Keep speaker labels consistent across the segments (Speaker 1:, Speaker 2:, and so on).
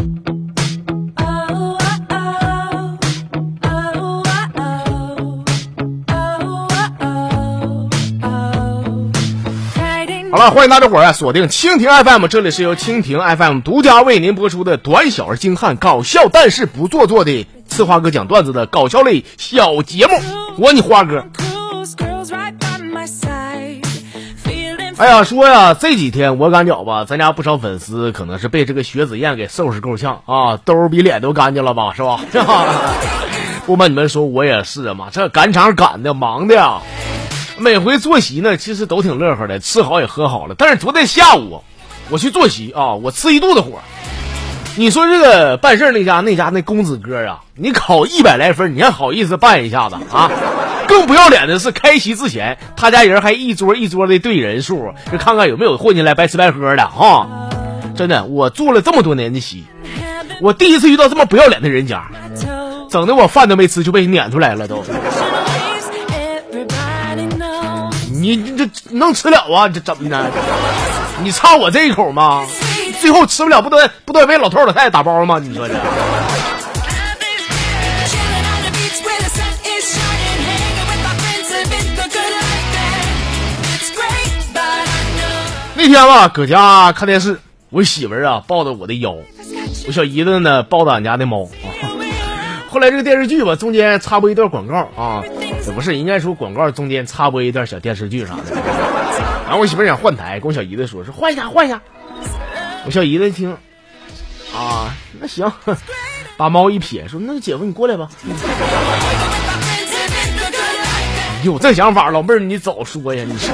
Speaker 1: 好了，欢迎大家伙儿锁定蜻蜓 FM， 这里是由蜻蜓 FM 独家为您播出的短小而精悍、搞笑但是不做作的吃花哥讲段子的搞笑类小节目，我你花哥。哎呀，说呀，这几天我感觉吧，咱家不少粉丝可能是被这个薛子燕给收拾够呛啊，兜比脸都干净了吧，是吧？不瞒你们说，我也是嘛，这赶场赶的忙的呀。每回坐席呢，其实都挺乐呵的，吃好也喝好了。但是昨天下午我去坐席啊，我吃一肚子火。你说这个办事那家那公子哥啊，你考100来分，你还好意思办一下子啊？更不要脸的是，开席之前他家人还一桌一桌的对人数，就看看有没有混进来白吃白喝的啊！真的，我做了这么多年的席，我第一次遇到这么不要脸的人家，整的我饭都没吃就被撵出来了都。你这能吃了啊？这怎么的？你差我这一口吗？最后吃不了，不得被老头老太太打包吗？你说这？那天吧，搁家看电视，我媳妇儿啊抱着我的腰，我小姨子呢抱着俺家的猫啊。后来这个电视剧吧，中间插播一段广告啊。这不是应该说广告中间插播一段小电视剧啥的，然后我媳妇想换台，跟我小姨子说换一下。我小姨子一听啊，那行，把猫一撇说那姐夫你过来吧。有这想法，老妹儿你早说呀，你说。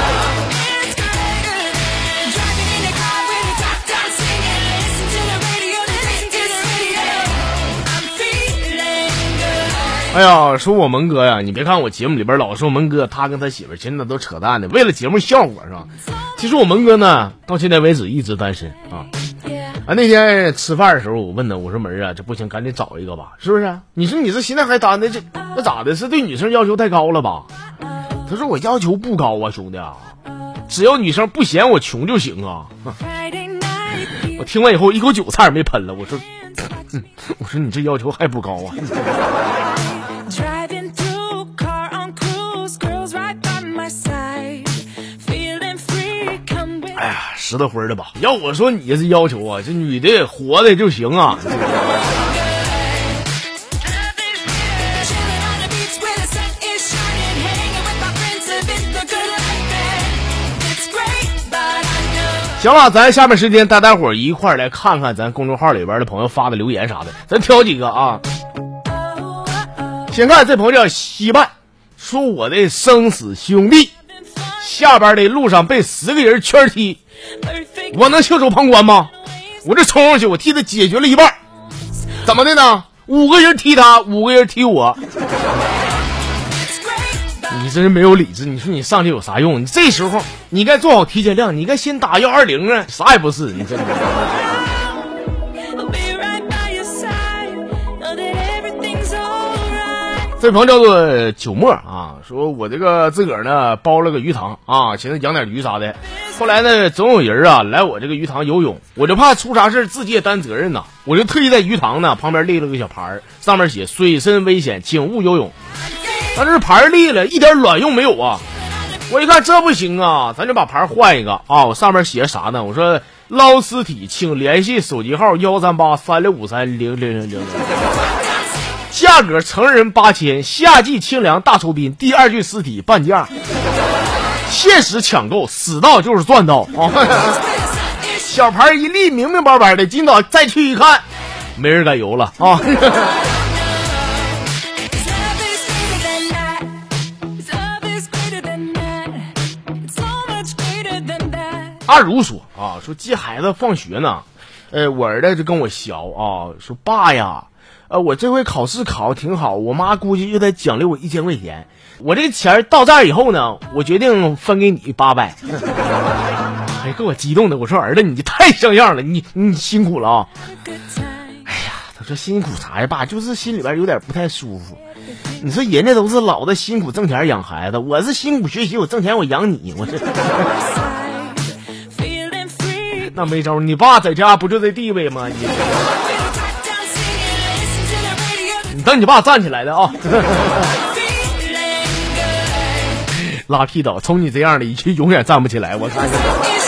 Speaker 1: 哎呀，说我蒙哥呀，你别看我节目里边老说蒙哥他跟他媳妇真的都扯淡的，为了节目效果是吧？其实我蒙哥呢到现在为止一直单身啊。那天吃饭的时候我问他，我说门啊，这不行，赶紧找一个吧，是不是？你说你这现在还单的，这那咋的？是对女生要求太高了吧？他说我要求不高啊，兄弟啊，只要女生不嫌我穷就行啊。我听完以后一口酒差点没喷了，我说你这要求还不高啊。哎呀，实的灰的吧，要我说你这要求啊，这女的活的就行啊。行了，咱下面时间带大伙儿一块儿来看看咱公众号里边的朋友发的留言啥的，咱挑几个啊。先看这朋友叫西半，说我的生死兄弟下班的路上被10个人圈踢，我能袖手旁观吗？我这冲上去，我替他解决了一半，怎么的呢？5个人踢他，5个人踢我。你真是没有理智，你说你上去有啥用？你这时候你该做好提前量，你该先打120啊，啥也不是，你真的。这朋友叫做九墨啊，说我这个自个儿呢包了个鱼塘啊，寻思养点鱼啥的。后来呢，总有人啊来我这个鱼塘游泳，我就怕出啥事自己也担责任呐，我就特意在鱼塘呢旁边立了个小牌，上面写水深危险，请勿游泳。但是牌立了，一点卵用没有啊！我一看这不行啊，咱就把牌换一个啊！我上面写啥呢？我说捞尸体请联系手机号13836530000，价格成人8000，夏季清凉大酬宾，第2具尸体半价，限时抢购，死到就是赚到啊！小牌一立，明明白白的，今早再去一看，没人敢游了啊！阿如说啊，说接孩子放学呢，我儿子就跟我学啊，说爸呀，我这回考试考得挺好，我妈估计就得奖励我1000块钱，我这钱到账以后呢，我决定分给你800。哎，给我激动的，我说儿子，你这太像样了，你辛苦了啊！哎呀，他说辛苦啥呀，爸，就是心里边有点不太舒服。你说人家都是老的辛苦挣钱养孩子，我是辛苦学习，我挣钱我养你，我这。 那没招，你爸在家不就这地位吗？你等你爸站起来的啊！拉屁倒，从你这样的一去永远站不起来，我看见。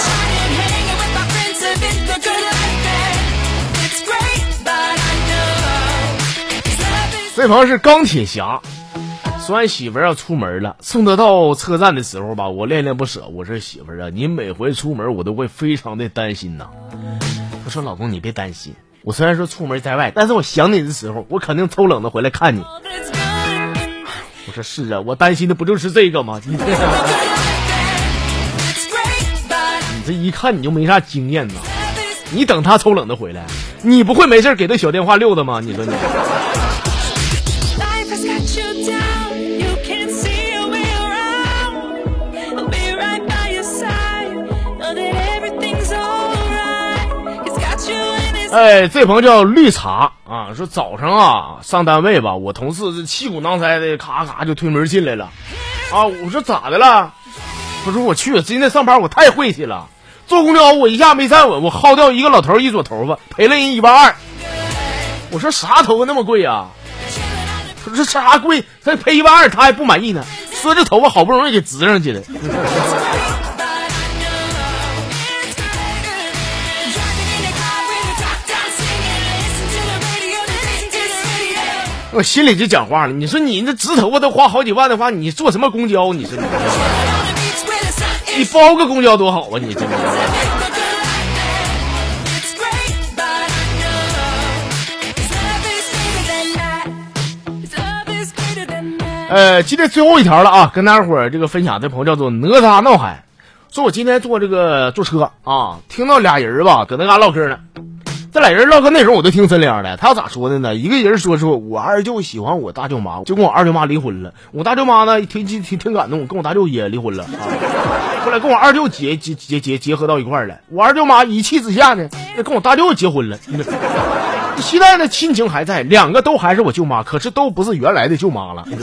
Speaker 1: 这朋友是钢铁侠，说俺媳妇儿要出门了，送她到车站的时候吧，我恋恋不舍。我说媳妇儿啊，你每回出门我都会非常的担心呐。我说老公你别担心，我虽然说出门在外，但是我想你的时候，我肯定抽冷的回来看你。我说是啊，我担心的不就是这个吗？你这一看你就没啥经验呐，你等他抽冷的回来，你不会没事给他小电话溜的吗？你说你。哎，这朋友叫绿茶啊，说早上啊上单位吧，我同事这气鼓囊塞的，咔咔就推门进来了啊。我说咋的了？他说我去，今天上班我太晦气了，坐公交我一下没站稳，我薅掉一个老头一撮头发，赔了人12000。我说啥头发那么贵啊？他说啥贵？他赔12000，他还不满意呢，说这头发好不容易给植上去了。我心里就讲话了，你说你这直头发都花好几万的话，你坐什么公交？你说你包个公交多好啊！你这今天最后一条了啊，跟大家伙儿这个分享，这朋友叫做哪吒闹海，说我今天坐车啊，听到俩人吧搁那嘎唠嗑呢。这俩人唠嗑那时候我都听真凉的，他要咋说的呢？一个人说我二舅喜欢我大舅妈，就跟我二舅妈离婚了。我大舅妈呢挺感动，跟我大舅也离婚了啊。后来跟我二舅结合到一块儿了，我二舅妈一气之下呢，跟我大舅结婚了。现在呢亲情还在，两个都还是我舅妈，可是都不是原来的舅妈了。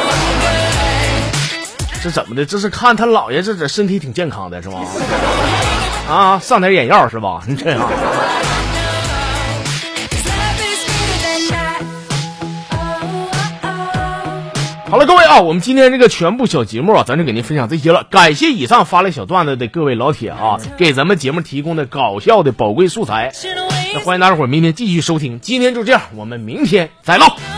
Speaker 1: 这怎么的？这是看他姥爷这身体挺健康的是吧？啊，上点眼药是吧？你这样。好了，各位啊，我们今天这个全部小节目啊，咱就给您分享这些了。感谢以上发来小段子的各位老铁啊，给咱们节目提供的搞笑的宝贵素材。那欢迎大家伙儿明天继续收听，今天就这样，我们明天再唠。